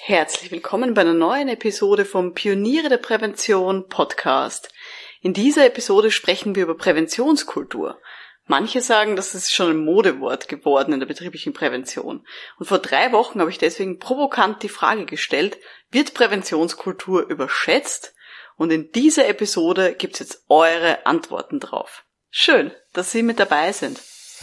Herzlich willkommen bei einer neuen Episode vom Pioniere der Prävention Podcast. In dieser Episode sprechen wir über Präventionskultur. Manche sagen, das ist schon ein Modewort geworden in der betrieblichen Prävention. Und vor 3 Wochen habe ich deswegen provokant die Frage gestellt, wird Präventionskultur überschätzt? Und in dieser Episode gibt's jetzt eure Antworten drauf. Schön, dass Sie mit dabei sind.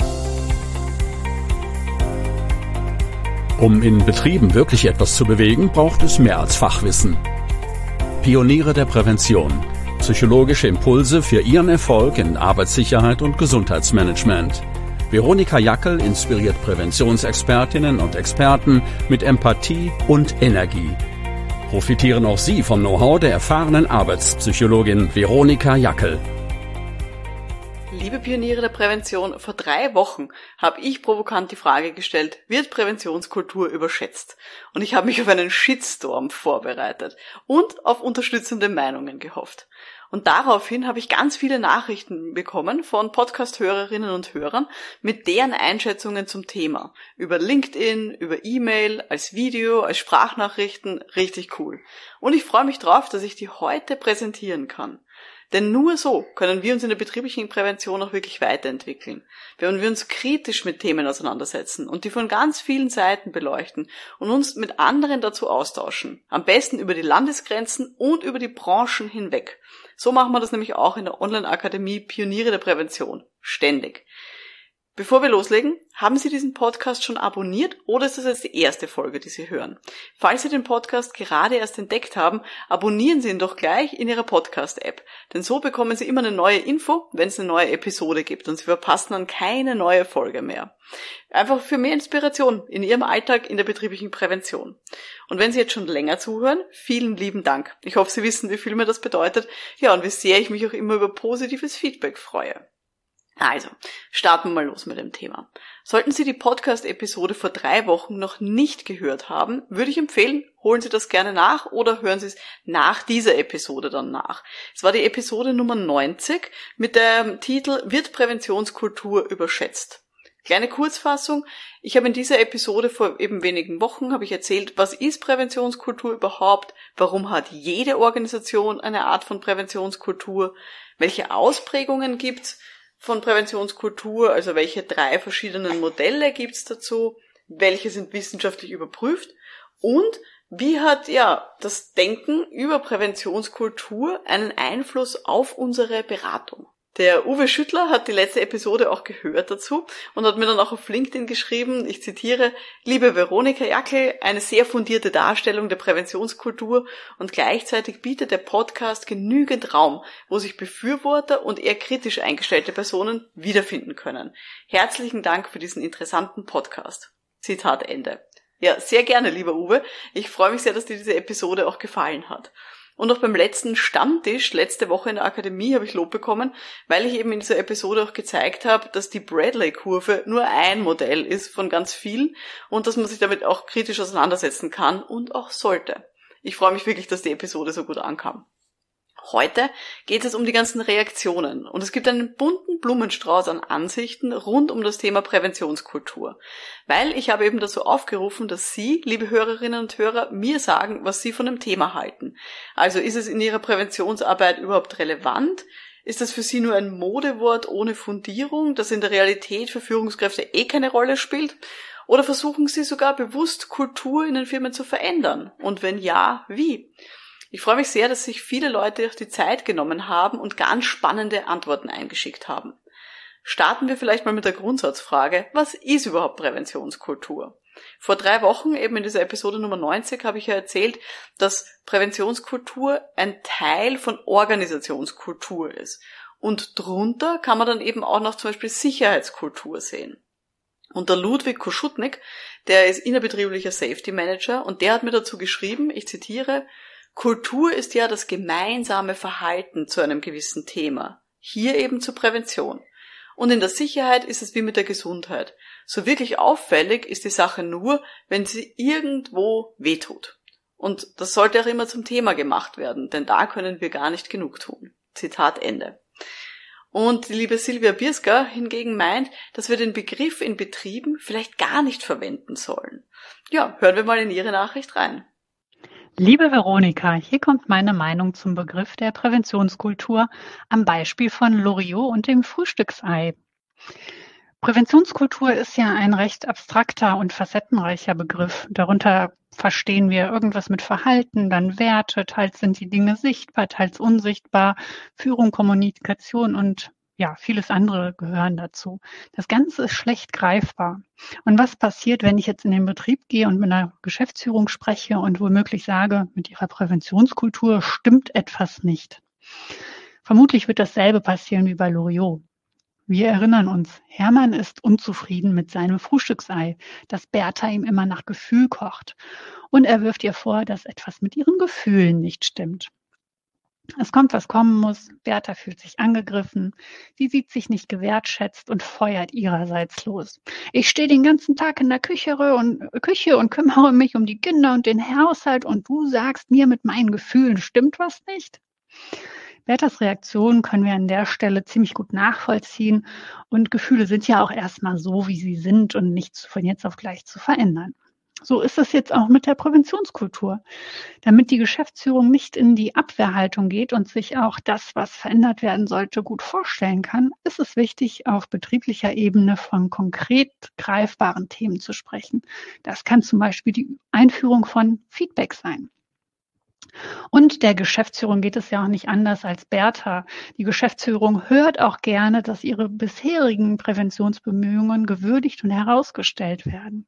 Um in Betrieben wirklich etwas zu bewegen, braucht es mehr als Fachwissen. Pioniere der Prävention. Psychologische Impulse für Ihren Erfolg in Arbeitssicherheit und Gesundheitsmanagement. Veronika Jackel inspiriert Präventionsexpertinnen und Experten mit Empathie und Energie. Profitieren auch Sie vom Know-how der erfahrenen Arbeitspsychologin Veronika Jackel. Liebe Pioniere der Prävention, vor 3 Wochen habe ich provokant die Frage gestellt, wird Präventionskultur überschätzt? Und ich habe mich auf einen Shitstorm vorbereitet und auf unterstützende Meinungen gehofft. Und daraufhin habe ich ganz viele Nachrichten bekommen von Podcast-Hörerinnen und Hörern mit deren Einschätzungen zum Thema. Über LinkedIn, über E-Mail, als Video, als Sprachnachrichten, richtig cool. Und ich freue mich drauf, dass ich die heute präsentieren kann. Denn nur so können wir uns in der betrieblichen Prävention auch wirklich weiterentwickeln. Wenn wir uns kritisch mit Themen auseinandersetzen und die von ganz vielen Seiten beleuchten und uns mit anderen dazu austauschen. Am besten über die Landesgrenzen und über die Branchen hinweg. So machen wir das nämlich auch in der Online-Akademie Pioniere der Prävention. Ständig. Bevor wir loslegen, haben Sie diesen Podcast schon abonniert oder ist das jetzt die erste Folge, die Sie hören? Falls Sie den Podcast gerade erst entdeckt haben, abonnieren Sie ihn doch gleich in Ihrer Podcast-App. Denn so bekommen Sie immer eine neue Info, wenn es eine neue Episode gibt und Sie verpassen dann keine neue Folge mehr. Einfach für mehr Inspiration in Ihrem Alltag in der betrieblichen Prävention. Und wenn Sie jetzt schon länger zuhören, vielen lieben Dank. Ich hoffe, Sie wissen, wie viel mir das bedeutet. Ja, und wie sehr ich mich auch immer über positives Feedback freue. Also, starten wir mal los mit dem Thema. Sollten Sie die Podcast-Episode vor 3 Wochen noch nicht gehört haben, würde ich empfehlen, holen Sie das gerne nach oder hören Sie es nach dieser Episode dann nach. Es war die Episode Nummer 90 mit dem Titel Wird Präventionskultur überschätzt? Kleine Kurzfassung, ich habe in dieser Episode vor eben wenigen Wochen erzählt, was ist Präventionskultur überhaupt, warum hat jede Organisation eine Art von Präventionskultur, welche Ausprägungen gibt's von Präventionskultur, also welche 3 verschiedenen Modelle gibt's dazu, welche sind wissenschaftlich überprüft und wie hat das Denken über Präventionskultur einen Einfluss auf unsere Beratung. Der Uwe Schüttler hat die letzte Episode auch gehört dazu und hat mir dann auch auf LinkedIn geschrieben, ich zitiere, liebe Veronika Jackel, eine sehr fundierte Darstellung der Präventionskultur und gleichzeitig bietet der Podcast genügend Raum, wo sich Befürworter und eher kritisch eingestellte Personen wiederfinden können. Herzlichen Dank für diesen interessanten Podcast. Zitat Ende. Ja, sehr gerne, lieber Uwe. Ich freue mich sehr, dass dir diese Episode auch gefallen hat. Und auch beim letzten Stammtisch, letzte Woche in der Akademie, habe ich Lob bekommen, weil ich eben in dieser Episode auch gezeigt habe, dass die Bradley-Kurve nur ein Modell ist von ganz vielen und dass man sich damit auch kritisch auseinandersetzen kann und auch sollte. Ich freue mich wirklich, dass die Episode so gut ankam. Heute geht es um die ganzen Reaktionen und es gibt einen bunten Blumenstrauß an Ansichten rund um das Thema Präventionskultur. Weil ich habe eben dazu aufgerufen, dass Sie, liebe Hörerinnen und Hörer, mir sagen, was Sie von dem Thema halten. Also ist es in Ihrer Präventionsarbeit überhaupt relevant? Ist das für Sie nur ein Modewort ohne Fundierung, das in der Realität für Führungskräfte keine Rolle spielt? Oder versuchen Sie sogar bewusst Kultur in den Firmen zu verändern? Und wenn ja, wie? Ich freue mich sehr, dass sich viele Leute auch die Zeit genommen haben und ganz spannende Antworten eingeschickt haben. Starten wir vielleicht mal mit der Grundsatzfrage, was ist überhaupt Präventionskultur? Vor 3 Wochen, eben in dieser Episode Nummer 90, habe ich ja erzählt, dass Präventionskultur ein Teil von Organisationskultur ist. Und drunter kann man dann eben auch noch zum Beispiel Sicherheitskultur sehen. Und der Ludwig Koschutnik, der ist innerbetrieblicher Safety Manager und der hat mir dazu geschrieben, ich zitiere, Kultur ist ja das gemeinsame Verhalten zu einem gewissen Thema. Hier eben zur Prävention. Und in der Sicherheit ist es wie mit der Gesundheit. So wirklich auffällig ist die Sache nur, wenn sie irgendwo wehtut. Und das sollte auch immer zum Thema gemacht werden, denn da können wir gar nicht genug tun. Zitat Ende. Und die liebe Silvia Bierska hingegen meint, dass wir den Begriff in Betrieben vielleicht gar nicht verwenden sollen. Ja, hören wir mal in ihre Nachricht rein. Liebe Veronika, hier kommt meine Meinung zum Begriff der Präventionskultur am Beispiel von Loriot und dem Frühstücksei. Präventionskultur ist ja ein recht abstrakter und facettenreicher Begriff. Darunter verstehen wir irgendwas mit Verhalten, dann Werte, teils sind die Dinge sichtbar, teils unsichtbar, Führung, Kommunikation und ja, vieles andere gehören dazu. Das Ganze ist schlecht greifbar. Und was passiert, wenn ich jetzt in den Betrieb gehe und mit einer Geschäftsführung spreche und womöglich sage, mit ihrer Präventionskultur stimmt etwas nicht? Vermutlich wird dasselbe passieren wie bei Loriot. Wir erinnern uns, Hermann ist unzufrieden mit seinem Frühstücksei, das Bertha ihm immer nach Gefühl kocht. Und er wirft ihr vor, dass etwas mit ihren Gefühlen nicht stimmt. Es kommt, was kommen muss. Bertha fühlt sich angegriffen. Sie sieht sich nicht gewertschätzt und feuert ihrerseits los. Ich stehe den ganzen Tag in der Küche und kümmere mich um die Kinder und den Haushalt und du sagst mir, mit meinen Gefühlen stimmt was nicht? Berthas Reaktion können wir an der Stelle ziemlich gut nachvollziehen und Gefühle sind ja auch erstmal so, wie sie sind und nicht von jetzt auf gleich zu verändern. So ist es jetzt auch mit der Präventionskultur. Damit die Geschäftsführung nicht in die Abwehrhaltung geht und sich auch das, was verändert werden sollte, gut vorstellen kann, ist es wichtig, auf betrieblicher Ebene von konkret greifbaren Themen zu sprechen. Das kann zum Beispiel die Einführung von Feedback sein. Und der Geschäftsführung geht es ja auch nicht anders als Bertha. Die Geschäftsführung hört auch gerne, dass ihre bisherigen Präventionsbemühungen gewürdigt und herausgestellt werden.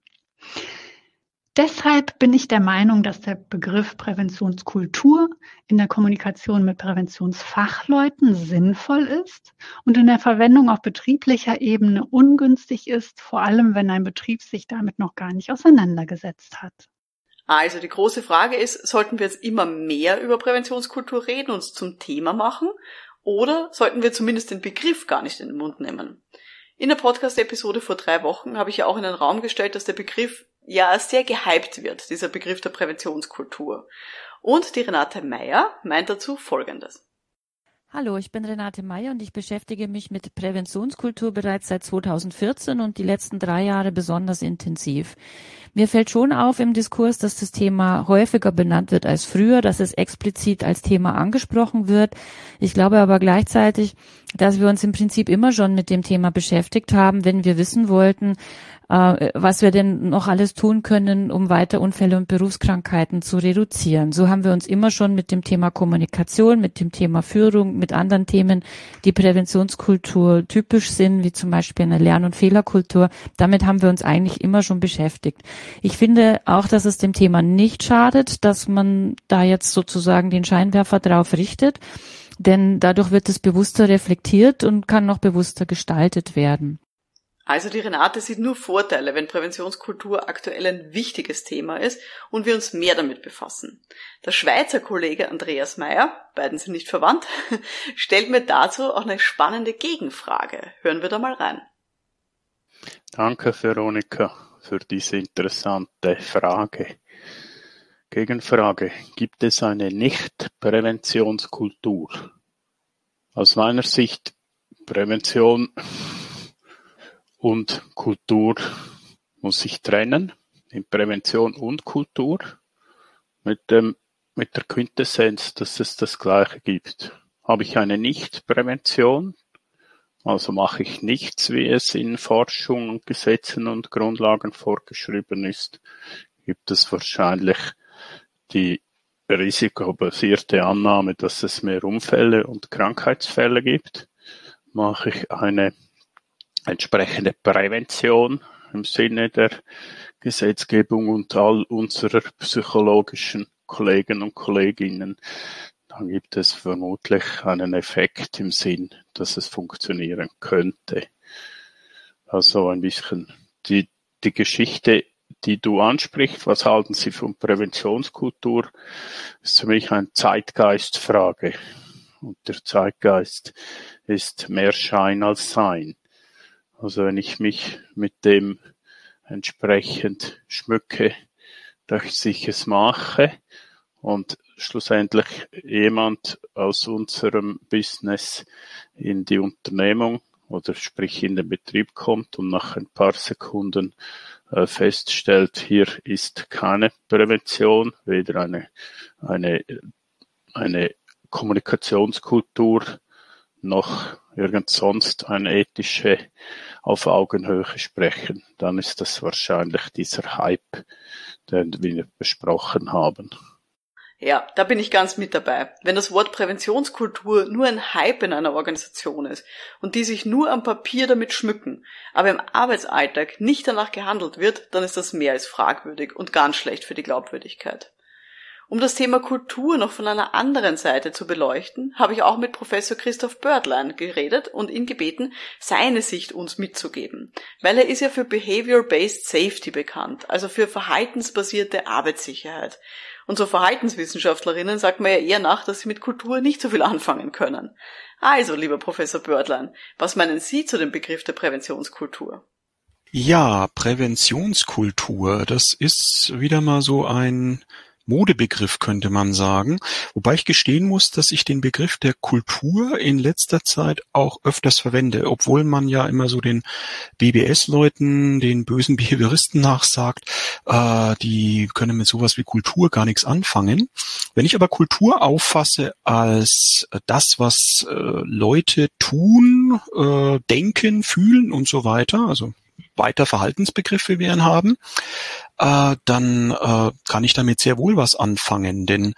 Deshalb bin ich der Meinung, dass der Begriff Präventionskultur in der Kommunikation mit Präventionsfachleuten sinnvoll ist und in der Verwendung auf betrieblicher Ebene ungünstig ist, vor allem wenn ein Betrieb sich damit noch gar nicht auseinandergesetzt hat. Also die große Frage ist, sollten wir jetzt immer mehr über Präventionskultur reden, uns zum Thema machen, oder sollten wir zumindest den Begriff gar nicht in den Mund nehmen? In der Podcast-Episode vor 3 Wochen habe ich ja auch in den Raum gestellt, dass der Begriff ja sehr gehypt wird, dieser Begriff der Präventionskultur. Und die Renate Meyer meint dazu Folgendes. Hallo, ich bin Renate Meyer und ich beschäftige mich mit Präventionskultur bereits seit 2014 und die letzten 3 Jahre besonders intensiv. Mir fällt schon auf im Diskurs, dass das Thema häufiger benannt wird als früher, dass es explizit als Thema angesprochen wird. Ich glaube aber gleichzeitig, dass wir uns im Prinzip immer schon mit dem Thema beschäftigt haben, wenn wir wissen wollten, was wir denn noch alles tun können, um weiter Unfälle und Berufskrankheiten zu reduzieren. So haben wir uns immer schon mit dem Thema Kommunikation, mit dem Thema Führung, mit anderen Themen, die Präventionskultur typisch sind, wie zum Beispiel eine Lern- und Fehlerkultur, damit haben wir uns eigentlich immer schon beschäftigt. Ich finde auch, dass es dem Thema nicht schadet, dass man da jetzt sozusagen den Scheinwerfer drauf richtet, denn dadurch wird es bewusster reflektiert und kann noch bewusster gestaltet werden. Also die Renate sieht nur Vorteile, wenn Präventionskultur aktuell ein wichtiges Thema ist und wir uns mehr damit befassen. Der Schweizer Kollege Andreas Meyer, beiden sind nicht verwandt, stellt mir dazu auch eine spannende Gegenfrage. Hören wir da mal rein. Danke, Veronika, für diese interessante Frage. Gegenfrage: Gibt es eine Nicht-Präventionskultur? Aus meiner Sicht Prävention und Kultur muss sich trennen, in Prävention und Kultur, mit der Quintessenz, dass es das Gleiche gibt. Habe ich eine Nicht-Prävention, also mache ich nichts, wie es in Forschung und Gesetzen und Grundlagen vorgeschrieben ist, gibt es wahrscheinlich die risikobasierte Annahme, dass es mehr Unfälle und Krankheitsfälle gibt. Mache ich eine entsprechende Prävention im Sinne der Gesetzgebung und all unserer psychologischen Kollegen und Kolleginnen, dann gibt es vermutlich einen Effekt im Sinn, dass es funktionieren könnte. Also ein bisschen die Geschichte, die du ansprichst, was halten Sie von Präventionskultur, ist für mich eine Zeitgeistfrage. Und der Zeitgeist ist mehr Schein als Sein. Also wenn ich mich mit dem entsprechend schmücke, dass ich es mache und schlussendlich jemand aus unserem Business in die Unternehmung oder sprich in den Betrieb kommt und nach ein paar Sekunden feststellt, hier ist keine Prävention, weder eine Kommunikationskultur noch irgend sonst eine ethische auf Augenhöhe sprechen, dann ist das wahrscheinlich dieser Hype, den wir besprochen haben. Ja, da bin ich ganz mit dabei. Wenn das Wort Präventionskultur nur ein Hype in einer Organisation ist und die sich nur am Papier damit schmücken, aber im Arbeitsalltag nicht danach gehandelt wird, dann ist das mehr als fragwürdig und ganz schlecht für die Glaubwürdigkeit. Um das Thema Kultur noch von einer anderen Seite zu beleuchten, habe ich auch mit Professor Christoph Börtlein geredet und ihn gebeten, seine Sicht uns mitzugeben. Weil er ist ja für Behavior-Based Safety bekannt, also für verhaltensbasierte Arbeitssicherheit. Und so Verhaltenswissenschaftlerinnen sagt man ja eher nach, dass sie mit Kultur nicht so viel anfangen können. Also, lieber Professor Börtlein, was meinen Sie zu dem Begriff der Präventionskultur? Ja, Präventionskultur, das ist wieder mal so ein Modebegriff, könnte man sagen. Wobei ich gestehen muss, dass ich den Begriff der Kultur in letzter Zeit auch öfters verwende, obwohl man ja immer so den BBS-Leuten, den bösen Behavioristen nachsagt, die können mit sowas wie Kultur gar nichts anfangen. Wenn ich aber Kultur auffasse als das, was Leute tun, denken, fühlen und so weiter, also weiter Verhaltensbegriffe wir haben, dann kann ich damit sehr wohl was anfangen. Denn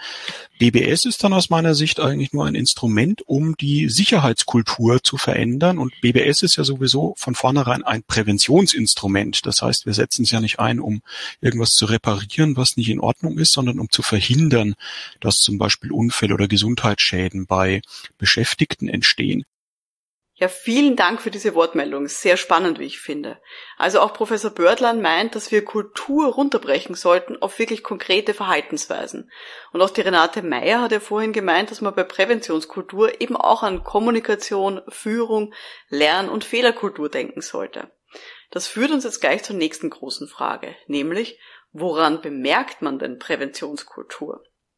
BBS ist dann aus meiner Sicht eigentlich nur ein Instrument, um die Sicherheitskultur zu verändern. Und BBS ist ja sowieso von vornherein ein Präventionsinstrument. Das heißt, wir setzen es ja nicht ein, um irgendwas zu reparieren, was nicht in Ordnung ist, sondern um zu verhindern, dass zum Beispiel Unfälle oder Gesundheitsschäden bei Beschäftigten entstehen. Ja, vielen Dank für diese Wortmeldung. Sehr spannend, wie ich finde. Also auch Professor Börtlein meint, dass wir Kultur runterbrechen sollten auf wirklich konkrete Verhaltensweisen. Und auch die Renate Meyer hat ja vorhin gemeint, dass man bei Präventionskultur eben auch an Kommunikation, Führung, Lern- und Fehlerkultur denken sollte. Das führt uns jetzt gleich zur nächsten großen Frage, nämlich, woran bemerkt man denn Präventionskultur?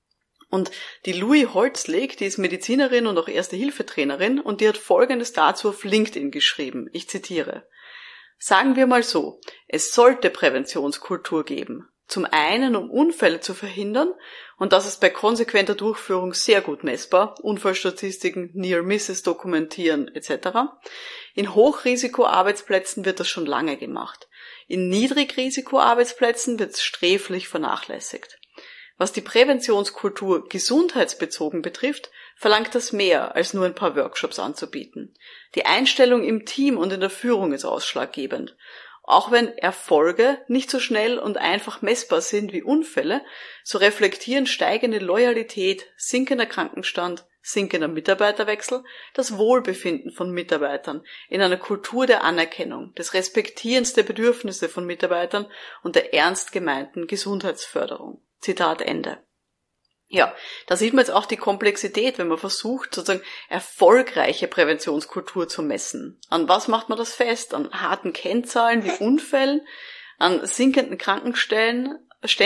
Und die Louis Holzlig, die ist Medizinerin und auch Erste-Hilfe-Trainerin und die hat Folgendes dazu auf LinkedIn geschrieben. Ich zitiere. Sagen wir mal so, es sollte Präventionskultur geben. Zum einen, um Unfälle zu verhindern und das ist bei konsequenter Durchführung sehr gut messbar, Unfallstatistiken, Near Misses dokumentieren etc. In Hochrisikoarbeitsplätzen wird das schon lange gemacht. In Niedrigrisikoarbeitsplätzen wird es sträflich vernachlässigt. Was die Präventionskultur gesundheitsbezogen betrifft, verlangt das mehr, als nur ein paar Workshops anzubieten. Die Einstellung im Team und in der Führung ist ausschlaggebend. Auch wenn Erfolge nicht so schnell und einfach messbar sind wie Unfälle, so reflektieren steigende Loyalität, sinkender Krankenstand, sinkender Mitarbeiterwechsel, das Wohlbefinden von Mitarbeitern in einer Kultur der Anerkennung, des Respektierens der Bedürfnisse von Mitarbeitern und der ernst gemeinten Gesundheitsförderung. Zitat Ende. Ja, da sieht man jetzt auch die Komplexität, wenn man versucht, sozusagen erfolgreiche Präventionskultur zu messen. An was macht man das fest? An harten Kennzahlen wie Unfällen, an sinkenden Krankenständen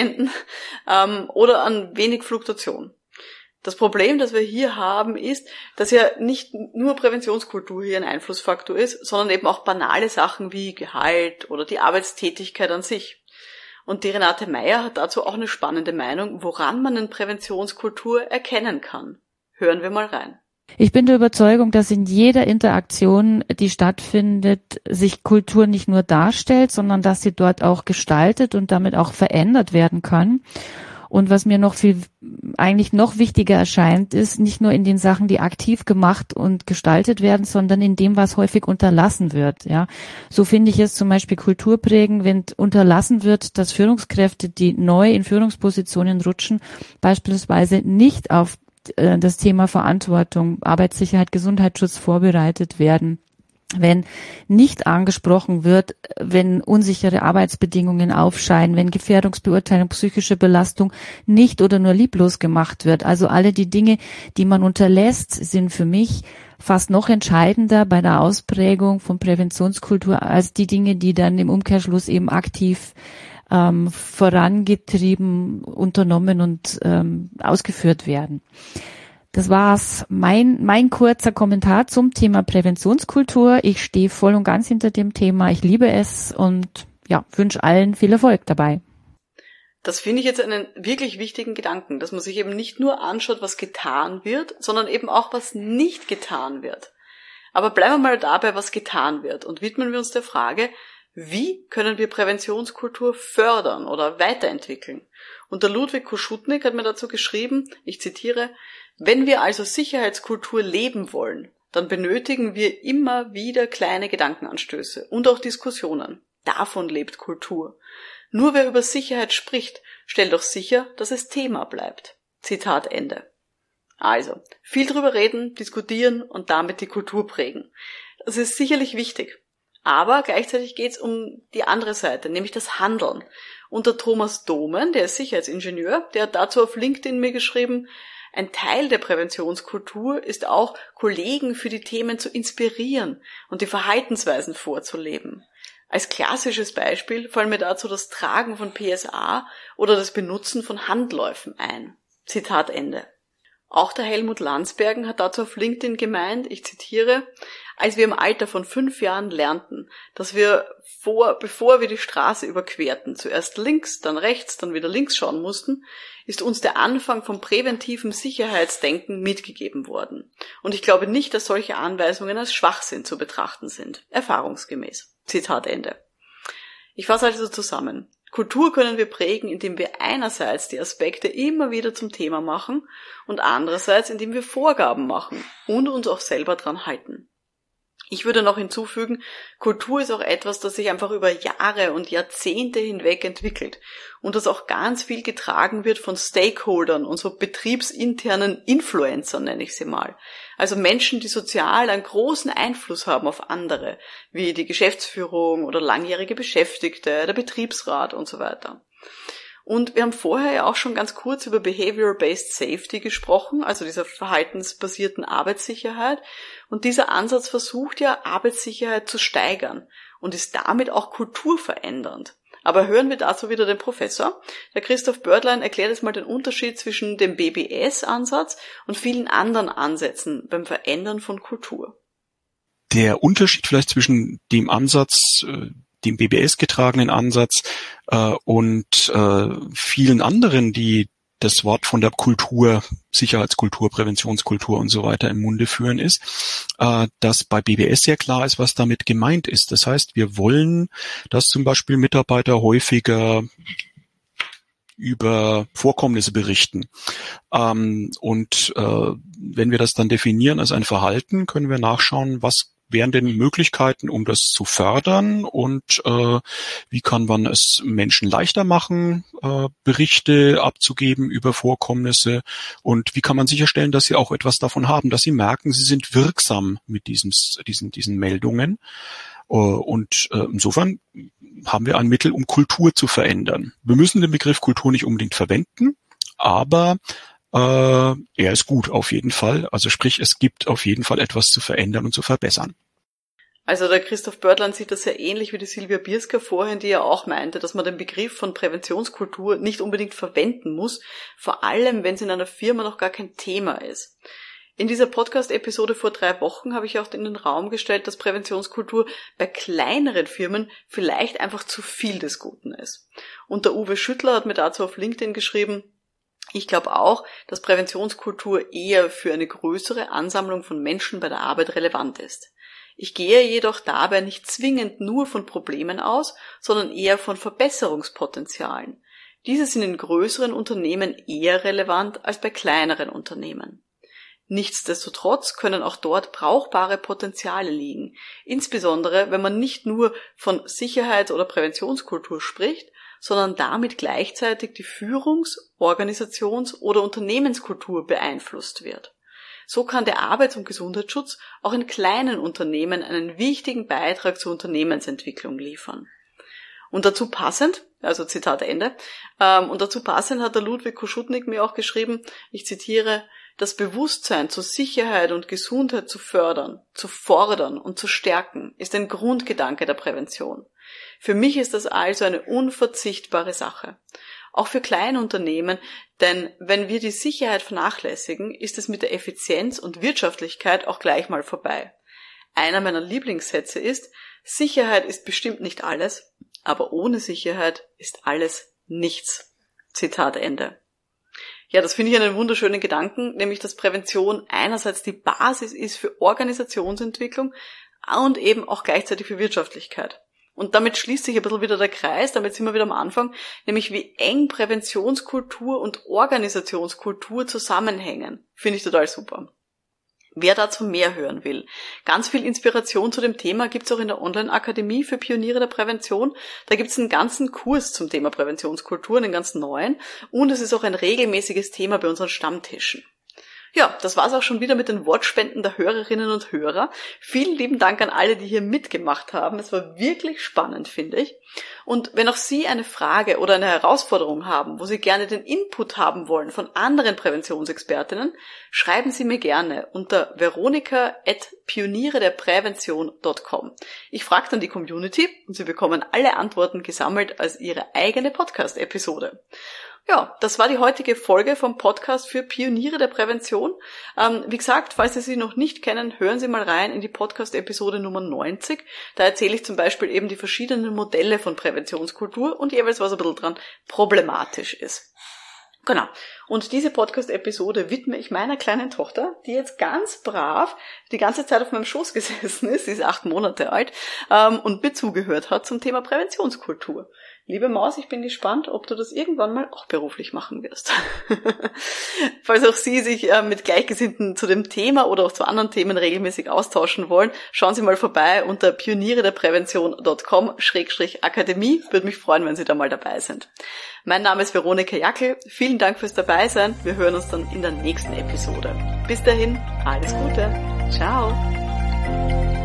oder an wenig Fluktuation. Das Problem, das wir hier haben, ist, dass ja nicht nur Präventionskultur hier ein Einflussfaktor ist, sondern eben auch banale Sachen wie Gehalt oder die Arbeitstätigkeit an sich. Und die Renate Meyer hat dazu auch eine spannende Meinung, woran man eine Präventionskultur erkennen kann. Hören wir mal rein. Ich bin der Überzeugung, dass in jeder Interaktion, die stattfindet, sich Kultur nicht nur darstellt, sondern dass sie dort auch gestaltet und damit auch verändert werden kann. Und was mir eigentlich noch wichtiger erscheint, ist nicht nur in den Sachen, die aktiv gemacht und gestaltet werden, sondern in dem, was häufig unterlassen wird. Ja, so finde ich es zum Beispiel kulturprägend, wenn unterlassen wird, dass Führungskräfte, die neu in Führungspositionen rutschen, beispielsweise nicht auf das Thema Verantwortung, Arbeitssicherheit, Gesundheitsschutz vorbereitet werden. Wenn nicht angesprochen wird, wenn unsichere Arbeitsbedingungen aufscheinen, wenn Gefährdungsbeurteilung, psychische Belastung nicht oder nur lieblos gemacht wird. Also alle die Dinge, die man unterlässt, sind für mich fast noch entscheidender bei der Ausprägung von Präventionskultur als die Dinge, die dann im Umkehrschluss eben aktiv vorangetrieben, unternommen und ausgeführt werden. Das war's, mein kurzer Kommentar zum Thema Präventionskultur. Ich stehe voll und ganz hinter dem Thema. Ich liebe es und wünsche allen viel Erfolg dabei. Das finde ich jetzt einen wirklich wichtigen Gedanken, dass man sich eben nicht nur anschaut, was getan wird, sondern eben auch, was nicht getan wird. Aber bleiben wir mal dabei, was getan wird und widmen wir uns der Frage, wie können wir Präventionskultur fördern oder weiterentwickeln? Und der Ludwig Koschutnik hat mir dazu geschrieben, ich zitiere, wenn wir also Sicherheitskultur leben wollen, dann benötigen wir immer wieder kleine Gedankenanstöße und auch Diskussionen. Davon lebt Kultur. Nur wer über Sicherheit spricht, stellt auch sicher, dass es Thema bleibt. Zitat Ende. Also, viel drüber reden, diskutieren und damit die Kultur prägen. Das ist sicherlich wichtig. Aber gleichzeitig geht es um die andere Seite, nämlich das Handeln. Und der Thomas Domen, der ist Sicherheitsingenieur, der hat dazu auf LinkedIn mir geschrieben, ein Teil der Präventionskultur ist auch, Kollegen für die Themen zu inspirieren und die Verhaltensweisen vorzuleben. Als klassisches Beispiel fallen mir dazu das Tragen von PSA oder das Benutzen von Handläufen ein. Zitat Ende. Auch der Helmut Landsbergen hat dazu auf LinkedIn gemeint, ich zitiere, als wir im Alter von 5 Jahren lernten, dass wir bevor wir die Straße überquerten, zuerst links, dann rechts, dann wieder links schauen mussten, ist uns der Anfang vom präventiven Sicherheitsdenken mitgegeben worden. Und ich glaube nicht, dass solche Anweisungen als Schwachsinn zu betrachten sind. Erfahrungsgemäß. Zitat Ende. Ich fasse also zusammen. Kultur können wir prägen, indem wir einerseits die Aspekte immer wieder zum Thema machen und andererseits, indem wir Vorgaben machen und uns auch selber dran halten. Ich würde noch hinzufügen, Kultur ist auch etwas, das sich einfach über Jahre und Jahrzehnte hinweg entwickelt und das auch ganz viel getragen wird von Stakeholdern und so betriebsinternen Influencern, nenne ich sie mal. Also Menschen, die sozial einen großen Einfluss haben auf andere, wie die Geschäftsführung oder langjährige Beschäftigte, der Betriebsrat und so weiter. Und wir haben vorher ja auch schon ganz kurz über Behavioral-Based Safety gesprochen, also dieser verhaltensbasierten Arbeitssicherheit. Und dieser Ansatz versucht ja, Arbeitssicherheit zu steigern und ist damit auch kulturverändernd. Aber hören wir dazu wieder den Professor. Der Christoph Börtlein erklärt jetzt mal den Unterschied zwischen dem BBS-Ansatz und vielen anderen Ansätzen beim Verändern von Kultur. Der Unterschied vielleicht zwischen dem Ansatz, dem BBS getragenen Ansatz und vielen anderen, die das Wort von der Kultur, Sicherheitskultur, Präventionskultur und so weiter im Munde führen, ist, dass bei BBS sehr klar ist, was damit gemeint ist. Das heißt, wir wollen, dass zum Beispiel Mitarbeiter häufiger über Vorkommnisse berichten. Und wenn wir das dann definieren als ein Verhalten, können wir nachschauen, was wären denn Möglichkeiten, um das zu fördern und wie kann man es Menschen leichter machen, Berichte abzugeben über Vorkommnisse und wie kann man sicherstellen, dass sie auch etwas davon haben, dass sie merken, sie sind wirksam mit diesen Meldungen. Und insofern haben wir ein Mittel, um Kultur zu verändern. Wir müssen den Begriff Kultur nicht unbedingt verwenden, aber er ist gut auf jeden Fall. Also sprich, es gibt auf jeden Fall etwas zu verändern und zu verbessern. Also der Christoph Börtlein sieht das sehr ähnlich wie die Silvia Bierska vorhin, die ja auch meinte, dass man den Begriff von Präventionskultur nicht unbedingt verwenden muss, vor allem wenn es in einer Firma noch gar kein Thema ist. In dieser Podcast-Episode vor 3 Wochen habe ich auch in den Raum gestellt, dass Präventionskultur bei kleineren Firmen vielleicht einfach zu viel des Guten ist. Und der Uwe Schüttler hat mir dazu auf LinkedIn geschrieben, ich glaube auch, dass Präventionskultur eher für eine größere Ansammlung von Menschen bei der Arbeit relevant ist. Ich gehe jedoch dabei nicht zwingend nur von Problemen aus, sondern eher von Verbesserungspotenzialen. Diese sind in größeren Unternehmen eher relevant als bei kleineren Unternehmen. Nichtsdestotrotz können auch dort brauchbare Potenziale liegen, insbesondere wenn man nicht nur von Sicherheits- oder Präventionskultur spricht, sondern damit gleichzeitig die Führungs-, Organisations- oder Unternehmenskultur beeinflusst wird. So kann der Arbeits- und Gesundheitsschutz auch in kleinen Unternehmen einen wichtigen Beitrag zur Unternehmensentwicklung liefern. Und dazu passend, also Zitat Ende, und dazu passend hat der Ludwig Koschutnik mir auch geschrieben, ich zitiere, das Bewusstsein zur Sicherheit und Gesundheit zu fördern, zu fordern und zu stärken, ist ein Grundgedanke der Prävention. Für mich ist das also eine unverzichtbare Sache. Auch für Kleinunternehmen, denn wenn wir die Sicherheit vernachlässigen, ist es mit der Effizienz und Wirtschaftlichkeit auch gleich mal vorbei. Einer meiner Lieblingssätze ist, Sicherheit ist bestimmt nicht alles, Aber ohne Sicherheit ist alles nichts. Zitat Ende. Ja, das finde ich einen wunderschönen Gedanken, nämlich dass Prävention einerseits die Basis ist für Organisationsentwicklung und eben auch gleichzeitig für Wirtschaftlichkeit. Und damit schließt sich ein bisschen wieder der Kreis, damit sind wir wieder am Anfang, nämlich wie eng Präventionskultur und Organisationskultur zusammenhängen. Finde ich total super. Wer dazu mehr hören will, ganz viel Inspiration zu dem Thema gibt's auch in der Online-Akademie für Pioniere der Prävention. Da gibt's einen ganzen Kurs zum Thema Präventionskultur, einen ganz neuen. Und es ist auch ein regelmäßiges Thema bei unseren Stammtischen. Ja, das war's auch schon wieder mit den Wortspenden der Hörerinnen und Hörer. Vielen lieben Dank an alle, die hier mitgemacht haben. Es war wirklich spannend, finde ich. Und wenn auch Sie eine Frage oder eine Herausforderung haben, wo Sie gerne den Input haben wollen von anderen Präventionsexpertinnen, schreiben Sie mir gerne unter veronika@pionierederprävention.com. Ich frage dann die Community und Sie bekommen alle Antworten gesammelt als Ihre eigene Podcast-Episode. Ja, das war die heutige Folge vom Podcast für Pioniere der Prävention. Wie gesagt, falls Sie sie noch nicht kennen, hören Sie mal rein in die Podcast-Episode Nummer 90. Da erzähle ich zum Beispiel eben die verschiedenen Modelle von Präventionskultur und jeweils, was ein bisschen dran problematisch ist. Genau. Und diese Podcast-Episode widme ich meiner kleinen Tochter, die jetzt ganz brav die ganze Zeit auf meinem Schoß gesessen ist, sie ist 8 Monate alt, und mir zugehört hat zum Thema Präventionskultur. Liebe Maus, ich bin gespannt, ob du das irgendwann mal auch beruflich machen wirst. Falls auch Sie sich mit Gleichgesinnten zu dem Thema oder auch zu anderen Themen regelmäßig austauschen wollen, schauen Sie mal vorbei unter pionierederprävention.com/Akademie. Würde mich freuen, wenn Sie da mal dabei sind. Mein Name ist Veronika Jackel. Vielen Dank fürs Dabeisein. Wir hören uns dann in der nächsten Episode. Bis dahin, alles Gute. Ciao.